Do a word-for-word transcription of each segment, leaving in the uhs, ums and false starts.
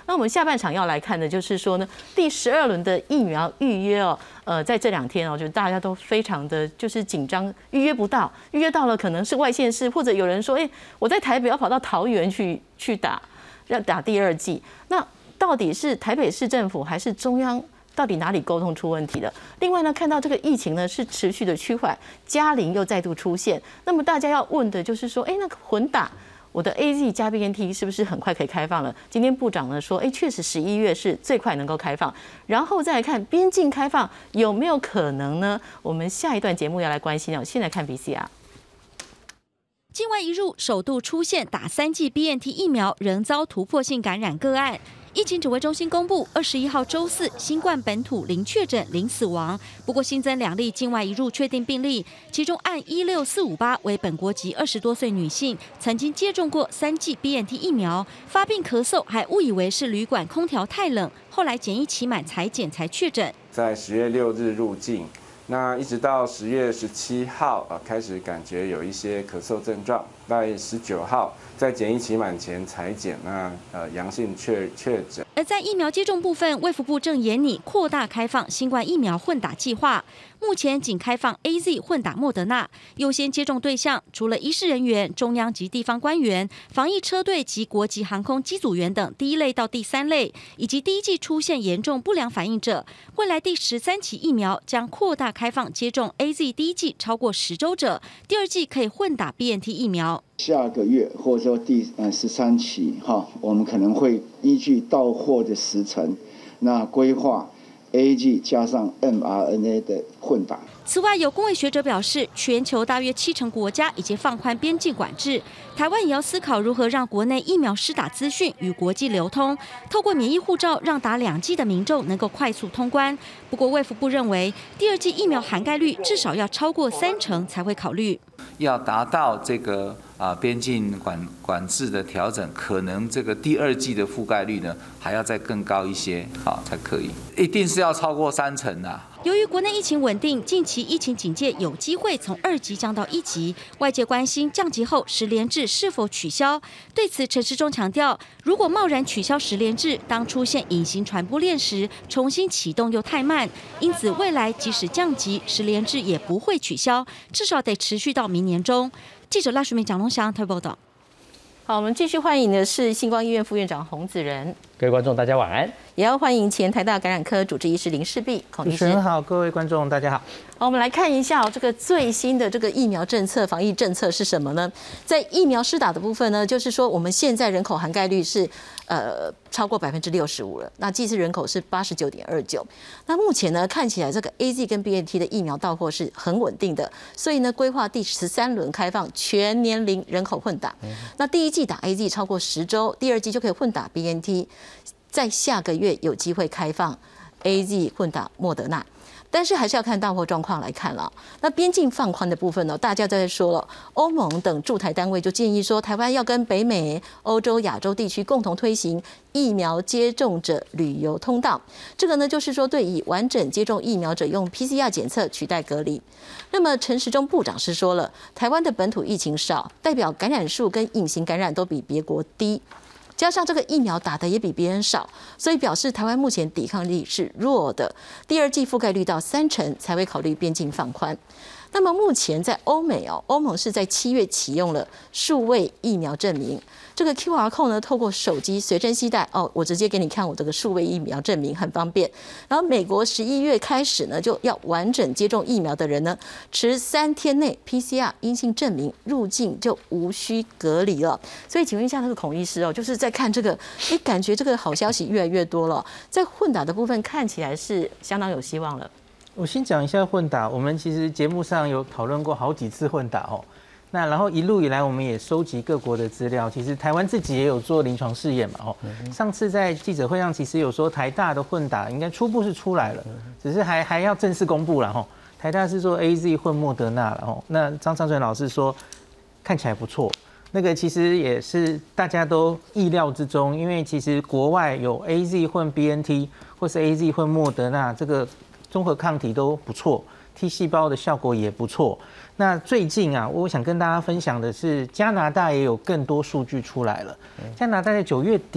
那我们下半场要来看的就是说呢，第十二轮的疫苗预约哦，呃，在这两天哦，就大家都非常的就是紧张，预约不到，预约到了可能是外县市，或者有人说，哎，我在台北要跑到桃园去去打，要打第二剂，那到底是台北市政府还是中央？到底哪里沟通出问题了？另外呢，看到这个疫情呢是持续的趋缓，嘉零又再度出现，那么大家要问的就是说，哎，那个混打，我的 A Z 加 B N T 是不是很快可以开放了？今天部长呢说，哎，确实十一月是最快能够开放，然后再来看边境开放有没有可能呢？我们下一段节目要来关心哦。先来看 B C R。 境外一入首度出现打三剂 B N T 疫苗仍遭突破性感染个案。疫情指挥中心公布，二十一号周四，新冠本土零确诊、零死亡。不过新增两例境外移入确定病例，其中案一六四五八为本国籍二十多岁女性，曾经接种过三剂 B N T 疫苗，发病咳嗽，还误以为是旅馆空调太冷，后来检疫期满才检才确诊。 在十月六日入境。那一直到十月十七号啊，开始感觉有一些咳嗽症状，在十九号在检疫期满前采检，那呃阳性确确诊。 而在疫苗接种部分，卫福部正研拟扩大开放新冠疫苗混打计划。目前仅开放 A Z 混打莫德纳，优先接种对象除了医事人员、中央及地方官员、防疫车队及国际航空机组员等第一类到第三类，以及第一剂出现严重不良反应者。未来第十三期疫苗将扩大开放接种 A Z 第一剂超过十周者，第二剂可以混打 B N T 疫苗。 下个月或者说第呃十三期哈，我们可能会依据到货的时程，那规划 A G 加上 M R N A 的混打。 此外，有公卫学者表示，全球大约七成国家已经放宽边境管制，台湾也要思考如何让国内疫苗施打资讯与国际流通，透过免疫护照让打两剂的民众能够快速通关。不过，卫福部认为，第二剂疫苗涵盖率至少要超过三成才会考虑。 要达到这个啊边境管管制的调整，可能这个第二季的覆盖率呢还要再更高一些啊才可以，一定是要超过三成的。 由于国内疫情稳定，近期疫情警戒有机会从二级降到一级，外界关心降级后十连制是否取消。对此，陈时中强调，如果贸然取消十连制，当出现隐形传播链时，重新启动又太慢，因此未来即使降级，十连制也不会取消，至少得持续到明年中。记者赖淑明、蒋龙祥特报道。 好，我们继续欢迎的是星光医院副院长洪子仁。 各位观众，大家晚安。 也要欢迎前台大感染科主治医师林世璧孔医师。 主持人好，各位观众大家好。 好，我们来看一下、哦、这个最新的这个疫苗政策、防疫政策是什么呢？在疫苗施打的部分呢，就是说我们现在人口涵盖率是呃超过百分之六十五了，那祭祀人口是八十九点二九。那目前呢，看起来这个 A Z 跟 B N T 的疫苗到货是很稳定的，所以呢，规划第十三轮开放全年龄人口混打。嗯、那第一剂打 A Z 超过十周，第二剂就可以混打 B N T。在下个月有机会开放 A Z 混打莫德纳，但是还是要看到货状况来看了。那边境放宽的部分呢，大家都在说了，欧盟等驻台单位就建议说，台湾要跟北美、欧洲、亚洲地区共同推行疫苗接种者旅游通道。这个呢，就是说对以完整接种疫苗者用 P C R 检测取代隔离。那么陈时中部长是说了，台湾的本土疫情少，代表感染数跟隐形感染都比别国低。加上这个疫苗打的也比别人少，所以表示台湾目前抵抗力是弱的。第二剂覆盖率到三成才会考虑边境放宽。那么目前在欧美哦，欧盟是在七月启用了数位疫苗证明。这个 Q R code 呢，透过手机随身携带哦，我直接给你看我这个数位疫苗证明，很方便。然后美国十一月开始呢，就要完整接种疫苗的人呢，持三天内 P C R 阴性证明入境就无需隔离了。所以请问一下那个孔医师哦，就是在看这个，哎，感觉这个好消息越来越多了，在混打的部分看起来是相当有希望了。 我先讲一下混打，我们其实节目上有讨论过好几次混打哦。那然后一路以来，我们也收集各国的资料。其实台湾自己也有做临床试验嘛，哦。上次在记者会上，其实有说台大的混打应该初步是出来了，只是还还要正式公布了哈。台大是做 A Z 混莫德纳了哦。那张长春老师说看起来不错，那个其实也是大家都意料之中，因为其实国外有 A Z 混 B N T 或是 A Z 混莫德纳这个。综合抗体都不错 ，T 细胞的效果也不错。那最近啊，我想跟大家分享的是，加拿大也有更多数据出来了。加拿大在九月底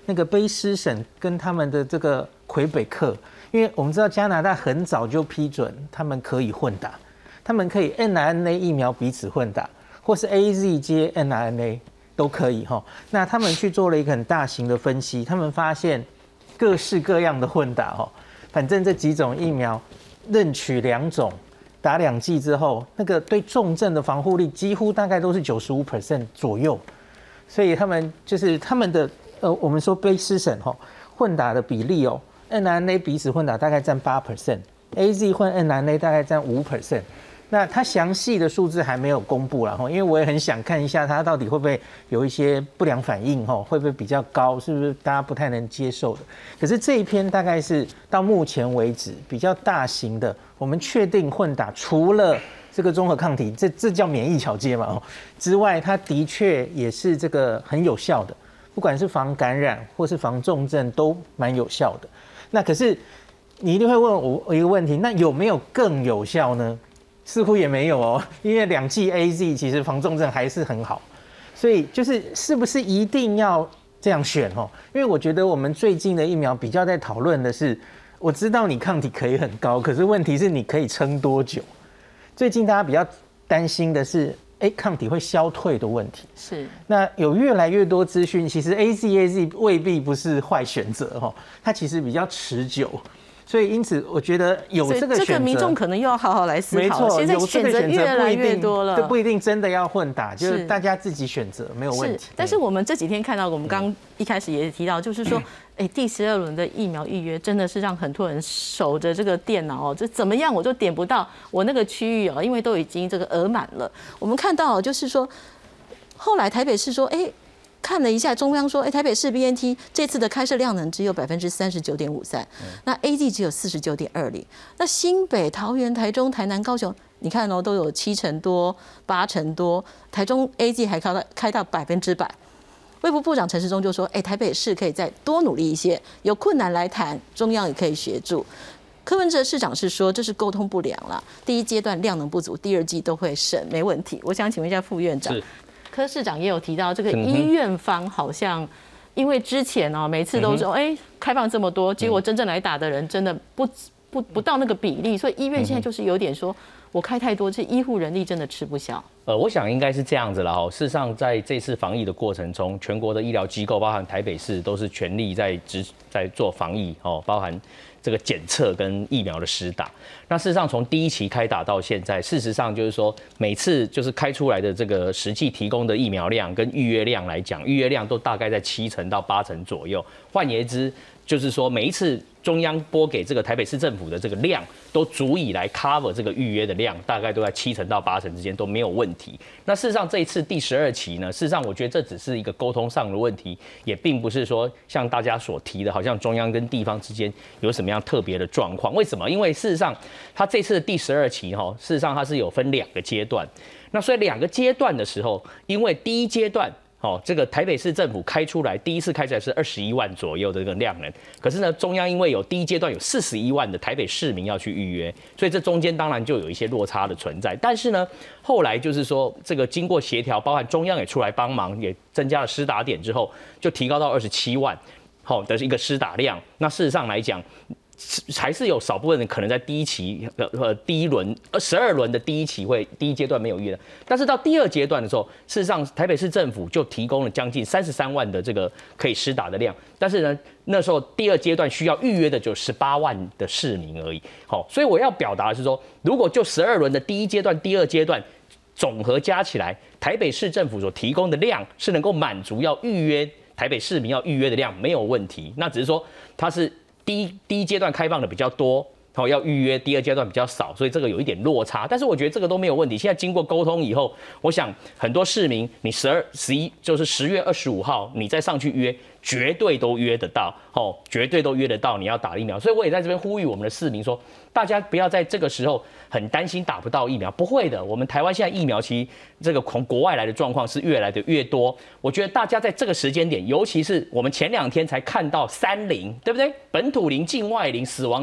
那个卑诗省跟他们的这个魁北克，因为我们知道加拿大很早就批准他们可以混打，他们可以 N R N A 疫苗彼此混打，或是 A Z 接 N R N A 都可以哈。那他们去做了一个很大型的分析，他们发现各式各样的混打哈，反正这几种疫苗任取两种。打两剂之后，那个对重症的防护力几乎大概都是百分之九十五 左右，所以他们就是他们的呃，我们说卑诗省哈混打的比例哦 ，N R N A 彼此混打大概占八 percent，A Z 混 N R N A 大概占五 percent。那它详细的数字还没有公布啦，因为我也很想看一下它到底会不会有一些不良反应，会不会比较高，是不是大家不太能接受的？可是这一篇大概是到目前为止比较大型的，我们确定混打除了这个综合抗体，这这叫免疫桥接嘛之外，它的确也是这个很有效的，不管是防感染或是防重症都蛮有效的。那可是你一定会问我一个问题，那有没有更有效呢？似乎也没有哦，因为两剂 A Z 其实防重症还是很好，所以就是是不是一定要这样选哦？因为我觉得我们最近的疫苗比较在讨论的是，我知道你抗体可以很高，可是问题是你可以撑多久？最近大家比较担心的是，哎，抗体会消退的问题。 是，那有越来越多资讯，其实 A Z A Z 未必不是坏选择哦，它其实比较持久。所以，因此，我觉得有这个选择， 这个民众可能又要好好来思考。 没错， 现在选择越来越多了， 这不一定真的要混打，就是大家自己选择没有问题。 但是我们这几天看到，我们刚一开始也提到，就是说，哎，第十二轮的疫苗预约真的是让很多人守着这个电脑哦，这怎么样我就点不到我那个区域哦，因为都已经这个额满了。我们看到就是说，后来台北市说，哎。看了一下，中央说，哎，台北市 B N T 这次的开设量能只有百分之三十九点五三，那 A Z 只有四十九点二零，那新北、桃园、台中、台南、高雄，你看哦，都有七成多、八成多，台中 A Z 还开到开到百分之百。卫福部长陈时中就说，哎，台北市可以再多努力一些，有困难来谈，中央也可以协助。柯文哲市长是说，这是沟通不良啦，第一阶段量能不足，第二季都会审，没问题。我想请问一下副院长。柯市长也有提到，这个医院方好像因为之前哦，每次都说哎开放这么多，结果真正来打的人真的不不不到那个比例，所以医院现在就是有点说我开太多，这医护人力真的吃不消。 呃，我想应该是这样子啦哈。事实上，在这次防疫的过程中，全国的医疗机构，包含台北市，都是全力在执在做防疫哦，包含这个检测跟疫苗的施打。那事实上，从第一期开打到现在，事实上就是说，每次就是开出来的这个实际提供的疫苗量跟预约量来讲，预约量都大概在七成到八成左右。换言之，就是说每一次中央拨给这个台北市政府的这个量，都足以来 cover 这个预约的量，大概都在七成到八成之间都没有问题。那事实上这一次第十二期呢，事实上我觉得这只是一个沟通上的问题，也并不是说像大家所提的，好像中央跟地方之间有什么样特别的状况。为什么？因为事实上它这次的第十二期哈，事实上它是有分两个阶段。那所以两个阶段的时候，因为第一阶段。哦，这个台北市政府开出来，第一次开出来是二十一万左右的这个量能，可是呢，中央因为有第一阶段有四十一万的台北市民要去预约，所以这中间当然就有一些落差的存在。但是呢，后来就是说，这个经过协调，包含中央也出来帮忙，也增加了施打点之后，就提高到二十七万，好的一个施打量。那事实上来讲，还是有少部分人可能在第一期呃呃第一轮呃十二轮的第一期会第一阶段没有预约，但是到第二阶段的时候，事实上台北市政府就提供了将近三十三万的这个可以施打的量，但是呢那时候第二阶段需要预约的就十八万的市民而已。好，所以我要表达的是说，如果就十二轮的第一阶段、第二阶段总和加起来，台北市政府所提供的量是能够满足要预约台北市民要预约的量，没有问题。那只是说它是。第一第一阶段开放的比较多，好要预约；第二阶段比较少，所以这个有一点落差。但是我觉得这个都没有问题。现在经过沟通以后，我想很多市民，你十二、十一就是十月二十五号，你再上去约，绝对都约得到，哦，绝对都约得到。你要打疫苗，所以我也在这边呼吁我们的市民说，大家不要在这个时候很担心打不到疫苗，不会的。我们台湾现在疫苗其实这个从国外来的状况是越来的越多。我觉得大家在这个时间点，尤其是我们前两天才看到三零，对不对？本土零、境外零、死亡零，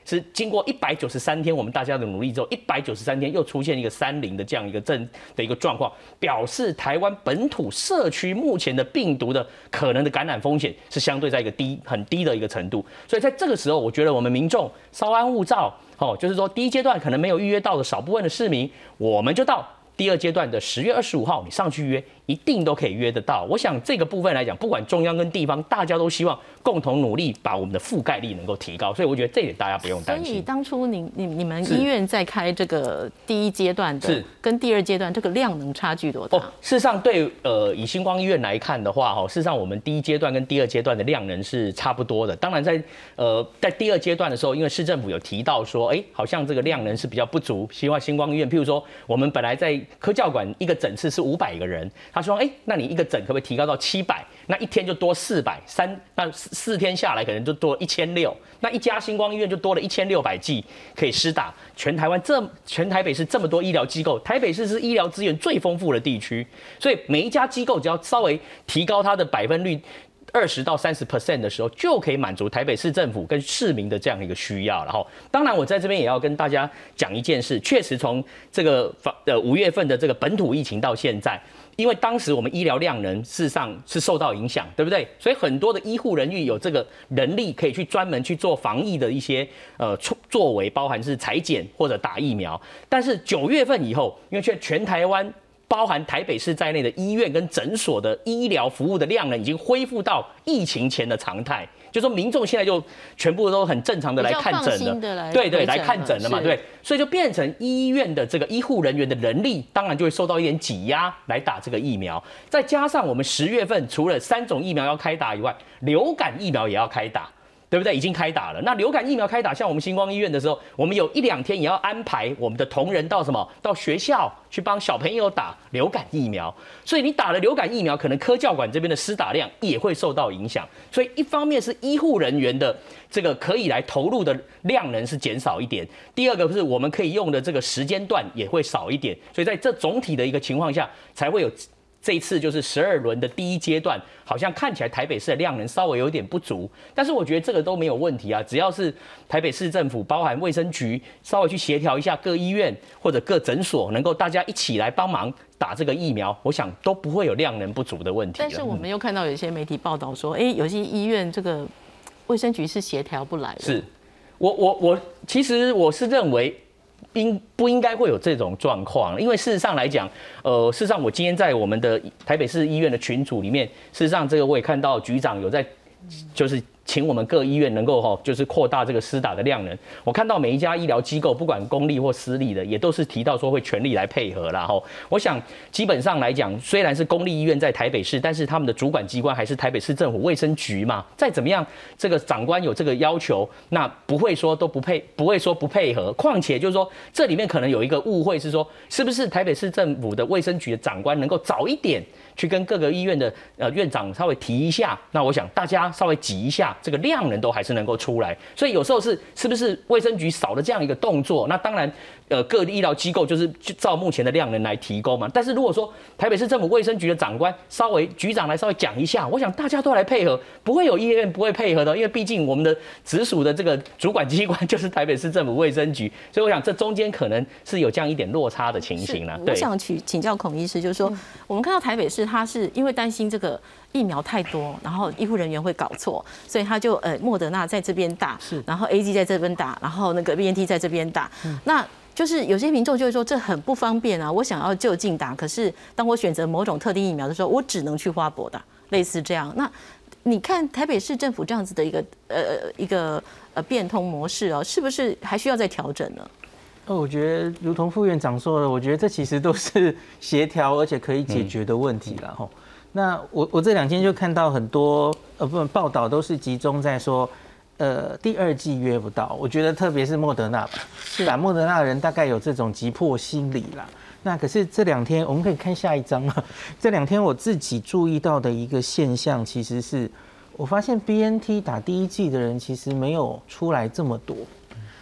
是经过一百九十三天我们大家的努力之后，一百九十三天又出现一个三零的这样一个症的一个状况，表示台湾本土社区目前的病毒的可能的感染风险是相对在一个低很低的一个程度。所以在这个时候，我觉得我们民众稍安勿躁，哦，就是说第一阶段可能没有预约到的少部分的市民，我们就到第二阶段的十月二十五号，你上去约，一定都可以约得到。我想这个部分来讲，不管中央跟地方，大家都希望共同努力，把我们的覆盖率能够提高。所以我觉得这点大家不用担心。 所以当初你你你们医院在开这个第一阶段的，跟第二阶段这个量能差距多大？ 哦，事实上对呃以星光医院来看的话，哈，事实上我们第一阶段跟第二阶段的量能是差不多的。当然在呃在第二阶段的时候，因为市政府有提到说，哎，好像这个量能是比较不足，希望星光医院，譬如说我们本来在科教馆一个诊次是五百个人，他说，哎，那你一个诊可不可以提高到七百？那一天就多四百，三那四天下来可能就多一千六。那一家星光医院就多了一千六百剂可以施打。全台湾这全台北市这么多医疗机构，台北市是医疗资源最丰富的地区，所以每一家机构只要稍微提高它的百分率二十到三十 percent 的时候，就可以满足台北市政府跟市民的这样一个需要。然后，当然我在这边也要跟大家讲一件事，确实从这个呃五月份的这个本土疫情到现在，因为当时我们医疗量能事实上是受到影响，对不对？所以很多的医护人员有这个能力可以去专门去做防疫的一些呃作为，包含是采检或者打疫苗。但是九月份以后，因为却全台湾包含台北市在内的医院跟诊所的医疗服务的量呢，已经恢复到疫情前的常态，就说民众现在就全部都很正常的来看诊了，对对，来看诊了嘛，对，所以就变成医院的这个医护人员的人力，当然就会受到一点挤压来打这个疫苗。再加上我们十月份除了三种疫苗要开打以外，流感疫苗也要开打。对不对？已经开打了。那流感疫苗开打，像我们星光医院的时候，我们有一两天也要安排我们的同仁到什么？到学校去帮小朋友打流感疫苗。所以你打了流感疫苗，可能科教馆这边的施打量也会受到影响。所以一方面是医护人员的这个可以来投入的量能是减少一点，第二个是我们可以用的这个时间段也会少一点。所以在这总体的一个情况下，才会有这一次就是十二轮的第一阶段，好像看起来台北市的量能稍微有点不足，但是我觉得这个都没有问题啊，只要是台北市政府包含卫生局稍微去协调一下各医院或者各诊所，能够大家一起来帮忙打这个疫苗，我想都不会有量能不足的问题。 但是我们又看到有一些媒体报道说，哎，有些医院这个卫生局是协调不来的。 是，我我我其实我是认为。应不应该会有这种状况？因为事实上来讲，呃，事实上我今天在我们的台北市医院的群组里面，事实上这个我也看到局长有在，就是请我们各医院能够哈，就是扩大这个施打的量能。我看到每一家医疗机构，不管公立或私立的，也都是提到说会全力来配合啦哈。我想基本上来讲，虽然是公立医院在台北市，但是他们的主管机关还是台北市政府卫生局嘛。再怎么样，这个长官有这个要求，那不会说都不配，不会说不配合。况且就是说，这里面可能有一个误会是说，是不是台北市政府的卫生局的长官能够早一点去跟各个医院的呃院长稍微提一下？那我想大家稍微挤一下。这个量能都还是能够出来，所以有时候是是不是卫生局少了这样一个动作？那当然，呃，各医疗机构就是照目前的量能来提供嘛。但是如果说台北市政府卫生局的长官稍微局长来稍微讲一下，我想大家都来配合，不会有医院不会配合的，因为毕竟我们的直属的这个主管机关就是台北市政府卫生局，所以我想这中间可能是有这样一点落差的情形了。 我想请请教孔医师，就是说，我们看到台北市，它是因为担心这个疫苗太多，然后医护人员会搞错，所以他就呃莫德纳在这边打，然后 A Z 在这边打，然后那个 B N T 在这边打，嗯、那就是有些民众就会说这很不方便啊，我想要就近打，可是当我选择某种特定疫苗的时候，我只能去花博打，类似这样。那你看台北市政府这样子的一个呃一个呃变通模式哦，是不是还需要再调整呢？ 哦，我觉得如同副院长说的，我觉得这其实都是协调而且可以解决的问题了哈。嗯那我我这两天就看到很多呃不报道都是集中在说，呃第二季约不到，我觉得特别是莫德纳吧，打莫德纳的人大概有这种急迫心理啦。那可是这两天我们可以看下一张啊，这两天我自己注意到的一个现象，其实是我发现 B N T 打第一剂的人其实没有出来这么多。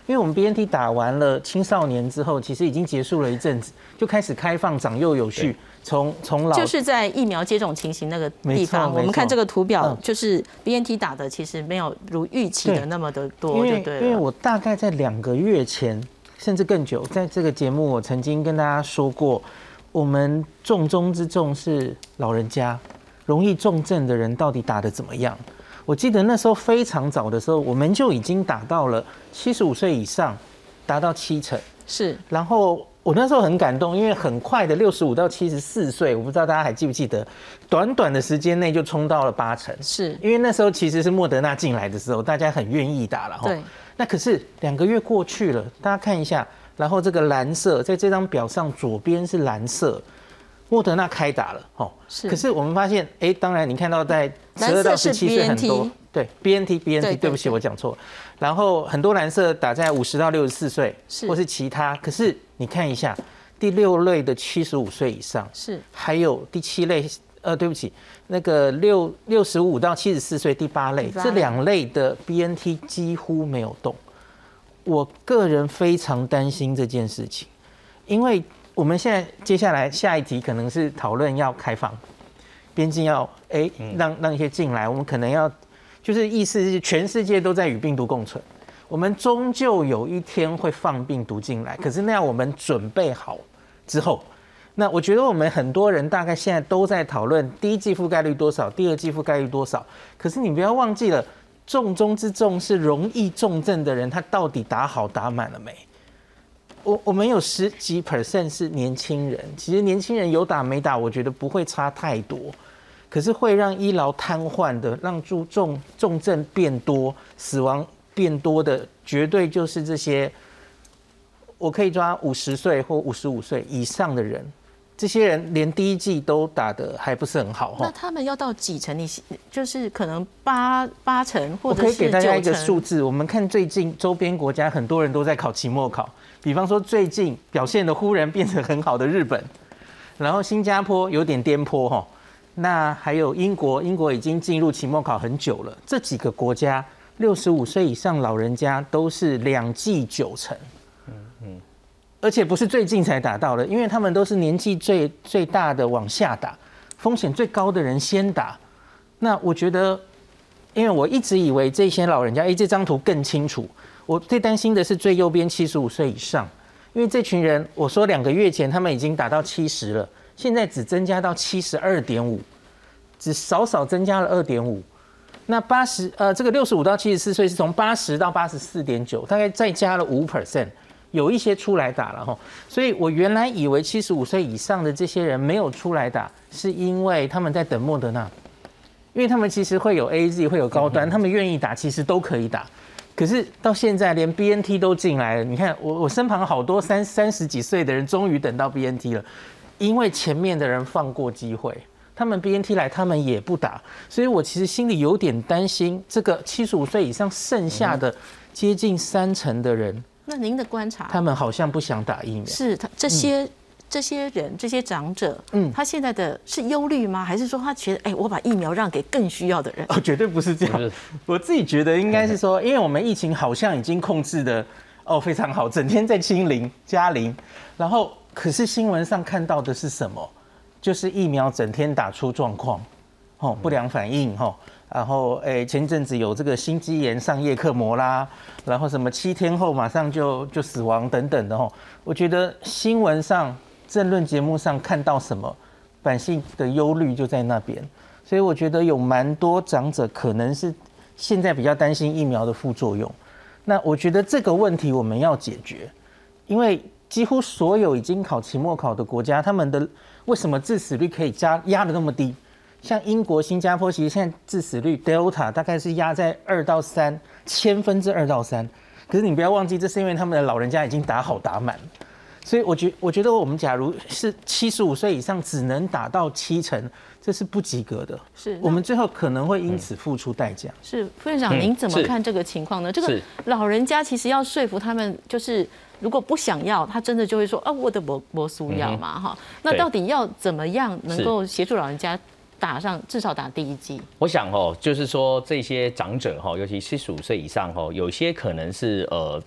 因为我们 B N T 打完了青少年之后，其实已经结束了一阵子，就开始开放长幼有序，从从老就是在疫苗接种情形那个地方，我们看这个图表，就是 B N T 打的其实没有如预期的那么的多， 因为对因为我大概在两个月前，甚至更久，在这个节目我曾经跟大家说过，我们重中之重是老人家，容易重症的人到底打得怎么样？我记得那时候非常早的时候，我们就已经打到了七十五岁以上，达到七成。 是， 然后我那时候很感动，因为很快的六十五到七十四岁，我不知道大家还记不记得，短短的时间内就冲到了八成。 是因为那时候其实是莫德纳进来的时候，大家很愿意打了。 对。 那可是两个月过去了，大家看一下，然后这个蓝色在这张表上左边是蓝色。莫德纳开打了，哦，是。可是我们发现，哎，当然你看到在十二到十七岁很多，对 B N T B N T， 对不起，我讲错。然后很多蓝色打在五十到六十四岁，或是其他。可是你看一下，第六类的七十五岁以上， 是。还有第七类，呃，对不起，那个六六十五到七十四岁第八类，这两类的 B N T 几乎没有动。我个人非常担心这件事情，因为。我们现在接下来下一题可能是讨论要开放边境，要哎让让一些进来，我们可能要就是意思是全世界都在与病毒共存，我们终究有一天会放病毒进来，可是那样我们准备好之后，那我觉得我们很多人大概现在都在讨论第一剂覆盖率多少，第二剂覆盖率多少，可是你不要忘记了，重中之重是容易重症的人，他到底打好打满了没？我我们有十几 percent 是年轻人，其实年轻人有打没打，我觉得不会差太多，可是会让医疗瘫痪的，让重重重症变多、死亡变多的，绝对就是这些。我可以抓五十岁或五十五岁以上的人，这些人连第一剂都打得还不是很好。 那他们要到几成？你就是可能八八成或者是我可以给大家一个九成数字，我们看最近周边国家很多人都在考期末考。比方说，最近表现的忽然变成很好的日本，然后新加坡有点颠簸哈，那还有英国，英国已经进入期末考很久了。这几个国家六十五岁以上老人家都是两剂九成，嗯嗯，而且不是最近才打到的，因为他们都是年纪最最大的往下打，风险最高的人先打。那我觉得，因为我一直以为这些老人家，哎，这张图更清楚。我最担心的是最右边七十五岁以上，因为这群人，我说两个月前他们已经达到七十了，现在只增加到七十二点五，只少少增加了二点五。那八十呃，这个六十五到七十四岁是从八十到八十四点九，大概再加了五 percent， 有一些出来打了哈。所以我原来以为七十五岁以上的这些人没有出来打，是因为他们在等莫德纳，因为他们其实会有 A Z 会有高端，他们愿意打，其实都可以打。可是到现在连 B N T 都进来了，你看我我身旁好多三三十几岁的人终于等到 B N T 了，因为前面的人放过机会，他们 B N T 来他们也不打，所以我其实心里有点担心这个七十五岁以上剩下的接近三成的人， 那您的观察， 他们好像不想打疫苗， 是他这些。嗯这些人，这些长者，嗯，他现在的是忧虑吗？还是说他觉得，哎、欸，我把疫苗让给更需要的人？ 哦，绝对不是这样。我自己觉得应该是说，因为我们疫情好像已经控制的哦非常好，整天在清零加零，然后可是新闻上看到的是什么？就是疫苗整天打出状况，哦，不良反应，哈，然后哎、欸，前阵子有这个心肌炎上叶克膜啦，然后什么七天后马上就就死亡等等的，哈，我觉得新闻上。政论节目上看到什么，百姓的忧虑就在那边，所以我觉得有蛮多长者可能是现在比较担心疫苗的副作用。那我觉得这个问题我们要解决，因为几乎所有已经考期末考的国家，他们的为什么致死率可以加压得那么低？像英国、新加坡，其实现在致死率 Delta 大概是压在二到三千分之二到三，可是你不要忘记，这是因为他们的老人家已经打好打满。所以我觉我觉得我们假如是七十五岁以上只能打到七成，这是不及格的。是，我们最后可能会因此付出代价。 是，副院长，您怎么看这个情况呢？这个老人家其实要说服他们，就是如果不想要，他真的就会说啊，我的没没需要嘛哈。那到底要怎么样能够协助老人家打上至少打第一剂？ 我想哦，就是说这些长者哈，尤其七十五岁以上哈，有些可能是呃台。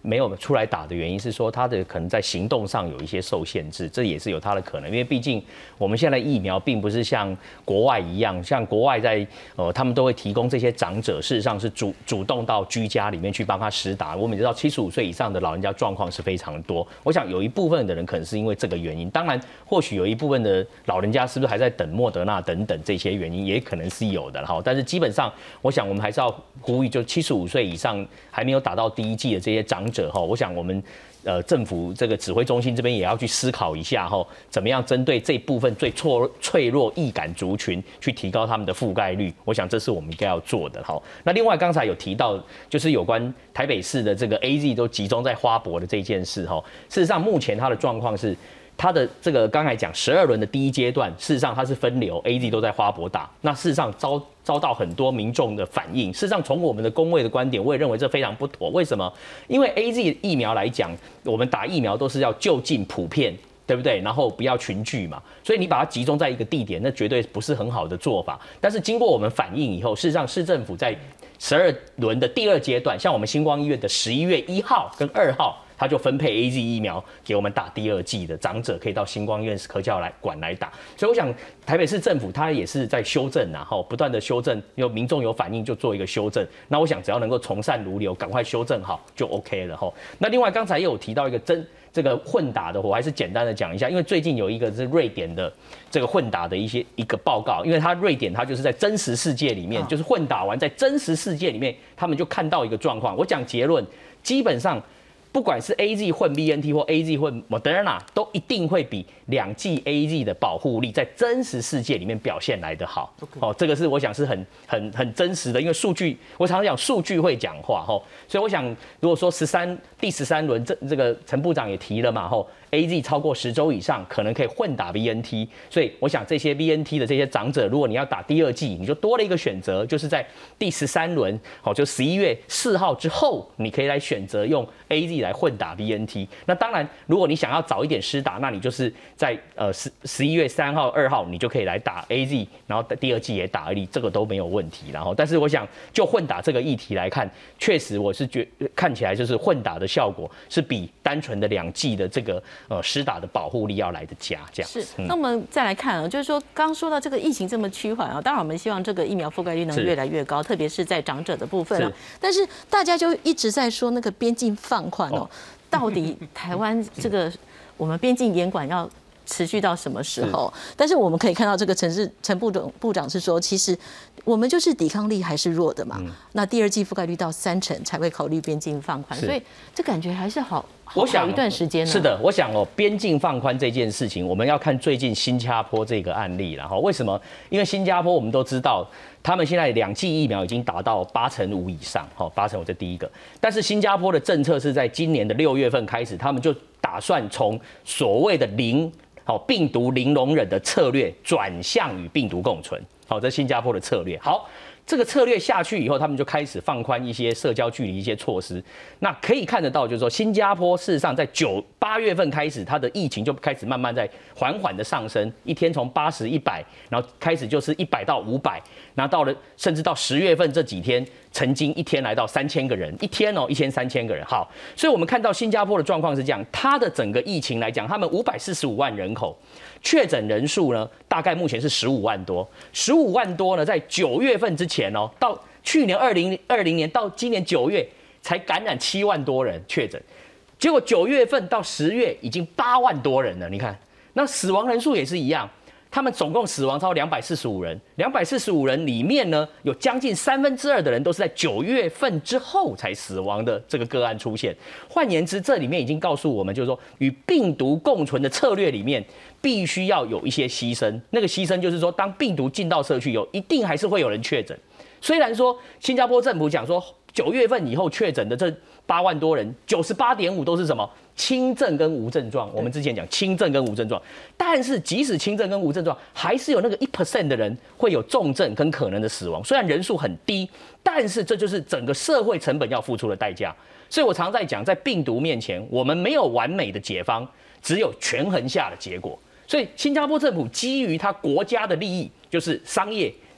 没有出来打的原因是说，它的可能在行动上有一些受限制，这也是有它的可能。因为毕竟我们现在疫苗并不是像国外一样，像国外在呃他们都会提供这些长者，事实上是主主动到居家里面去帮他施打。我们知道七十五岁以上的老人家状况是非常多，我想有一部分的人可能是因为这个原因，当然或许有一部分的老人家是不是还在等莫德纳等等这些原因，也可能是有的哈。但是基本上，我想我们还是要呼吁，就七十五岁以上还没有打到第一剂的这些长者哈，我想我们呃政府这个指挥中心这边也要去思考一下哈，怎么样针对这部分最脆脆弱易感族群去提高他们的覆盖率，我想这是我们应该要做的哈。那另外刚才有提到就是有关台北市的这个 A Z 都集中在花博的这件事哈，事实上目前它的状况是。它的这个刚才讲十二轮的第一阶段，事实上它是分流 ，A Z 都在花博打，那事实上遭遭到很多民众的反应。事实上，从我们的公卫的观点，我也认为这非常不妥。为什么？因为 A Z 疫苗来讲，我们打疫苗都是要就近普遍，对不对？然后不要群聚嘛，所以你把它集中在一个地点，那绝对不是很好的做法。但是经过我们反映以后，事实上市政府在十二轮的第二阶段，像我们星光医院的十一月一号跟二号。他就分配 A Z 疫苗给我们打第二剂的长者，可以到星光医院科教来馆来打。所以我想，台北市政府它也是在修正啊，哈，不断的修正，有民众有反应就做一个修正。那我想只要能够从善如流，赶快修正好就 OK 了哈。那另外刚才也有提到一个真这个混打的，我还是简单的讲一下，因为最近有一个是瑞典的这个混打的一些一个报告，因为它瑞典它就是在真实世界里面，就是混打完在真实世界里面，他们就看到一个状况。我讲结论，基本上。不管是 A Z 混 B N T 或 A Z 混 Moderna， 都一定会比两剂 A Z 的保护力在真实世界里面表现来得好。哦，这个是我想是很很很真实的，因为数据，我常常讲数据会讲话哈。所以我想，如果说十三第十三轮这这个陈部长也提了嘛，吼 A Z 超过十周以上，可能可以混打 B N T。所以我想这些 B N T 的这些长者，如果你要打第二剂，你就多了一个选择，就是在第十三轮，好，就十一月四号之后，你可以来选择用 A Z 来混打 B N T。那当然，如果你想要早一点施打，那你就是在呃十十一月三号、二号，你就可以来打 A Z， 然后第二剂也打 A Z， 这个都没有问题。然后，但是我想就混打这个议题来看，确实我是觉看起来就是混打的效果是比单纯的两剂的这个呃施打的保护力要来的佳。这样是。那我们再来看啊，就是说刚说到这个疫情这么趋缓啊，当然我们希望这个疫苗覆盖率能越来越高，特别是在长者的部分啊。但是大家就一直在说那个边境放宽哦。到底台湾这个我们边境严管要持续到什么时候？但是我们可以看到，这个陈是陈部长部长是说，其实我们就是抵抗力还是弱的嘛。嗯、那第二剂覆盖率到三成才会考虑边境放宽，所以这感觉还是好。 我想一段时间是的，我想哦，边境放宽这件事情，我们要看最近新加坡这个案例，然后为什么？因为新加坡我们都知道，他们现在两剂疫苗已经达到八成五以上，好，八成五这第一个。但是新加坡的政策是在今年的六月份开始，他们就打算从所谓的零好病毒零容忍的策略转向与病毒共存，好，这是新加坡的策略。好。这个策略下去以后，他们就开始放宽一些社交距离一些措施。那可以看得到，就是说新加坡事实上在九八月份开始，它的疫情就开始慢慢在缓缓的上升，一天从八十、一百，然后开始就是一百到五百，然后到了甚至到十月份这几天，曾经一天来到三千个人，一天哦一千三千个人。好，所以我们看到新加坡的状况是这样，它的整个疫情来讲，他们五百四十五万人口。确诊人数呢，大概目前是十五万多，十五万多呢，在九月份之前哦，到去年二零二零年到今年九月才感染七万多人确诊，结果九月份到十月已经八万多人了。你看，那死亡人数也是一样，他们总共死亡超两百四十五人，两百四十五人里面呢，有将近三分之二的人都是在九月份之后才死亡的这个个案出现。换言之，这里面已经告诉我们，就是说与病毒共存的策略里面。必须要有一些牺牲，那个牺牲就是说，当病毒进到社区，有一定还是会有人确诊。虽然说新加坡政府讲说，九月份以后确诊的这八万多人，九十八点五都是什么轻症跟无症状。我们之前讲轻症跟无症状，但是即使轻症跟无症状，还是有那个一 percent 的人会有重症跟可能的死亡。虽然人数很低，但是这就是整个社会成本要付出的代价。所以我常在讲，在病毒面前，我们没有完美的解方，只有权衡下的结果。所以，新加坡政府基于他国家的利益，就是商业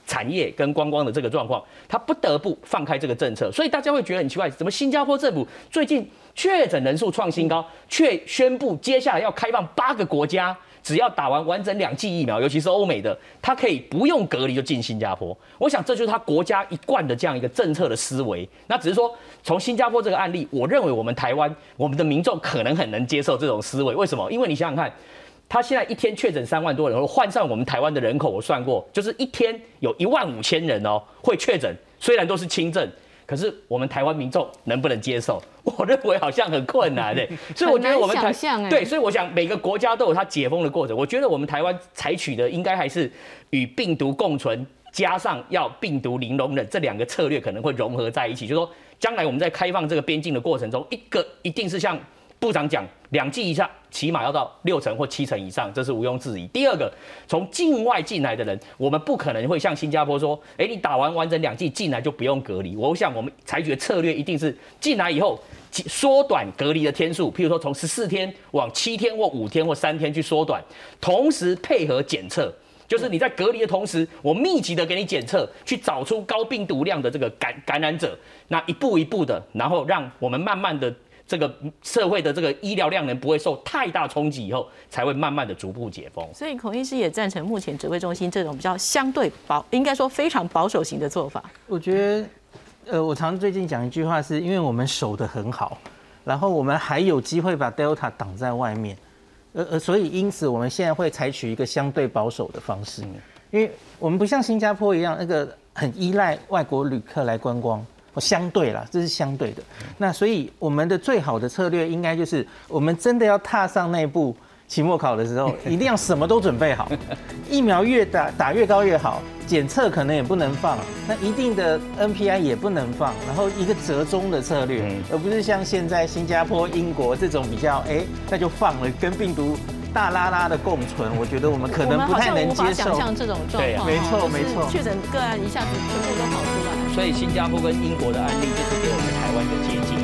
产业跟观光的这个状况，他不得不放开这个政策，所以大家会觉得很奇怪，怎么新加坡政府最近确诊人数创新高，却宣布接下来要开放八个国家，只要打完完整两剂疫苗，尤其是欧美的，他可以不用隔离就进新加坡。我想这就是他国家一贯的这样一个政策的思维。那只是说从新加坡这个案例，我认为我们台湾我们的民众可能很能接受这种思维。为什么？因为你想想看。他现在一天确诊三万多人，换上我们台湾的人口，我算过，就是一天有一万五千人哦会确诊，虽然都是轻症，可是我们台湾民众能不能接受？我认为好像很困难的，所以我觉得我们台对，所以我想每个国家都有它解封的过程，我觉得我们台湾采取的应该还是与病毒共存，加上要病毒零容忍这两个策略可能会融合在一起，就是说将来我们在开放这个边境的过程中，一个一定是像部长讲，两剂以上起码要到六成或七成以上，这是毋庸置疑。第二个，从境外进来的人，我们不可能会像新加坡说，哎，你打完完整两剂进来就不用隔离。我想我们采取的策略一定是进来以后缩短隔离的天数，譬如说从十四天往七天或五天或三天去缩短，同时配合检测。就是你在隔离的同时，我密集的给你检测，去找出高病毒量的这个感感染者，那一步一步的，然后让我们慢慢的。这个社会的这个医疗量能不会受太大冲击以后，才会慢慢的逐步解封。 所以孔医师也赞成目前指挥中心这种比较相对保，应该说非常保守型的做法。 我觉得，呃，我常最近讲一句话是，因为我们守得很好，然后我们还有机会把 Delta 挡在外面，呃呃，所以因此我们现在会采取一个相对保守的方式，因为我们不像新加坡一样，那个很依赖外国旅客来观光。相对啦，这是相对的。那所以我们的最好的策略应该就是，我们真的要踏上那步期末考的时候，一定要什么都准备好，疫苗越打打越高越好，检测可能也不能放，那一定的 N P I 也不能放，然后一个折中的策略，而不是像现在新加坡、英国这种比较，哎，那就放了，跟病毒。大拉拉的共存，我觉得我们可能不太能接受。 我们好像无法想象这种状况， 没错没错， 确诊个案一下子全部都跑出来。 所以新加坡跟英国的案例就是给我们台湾一个借鉴。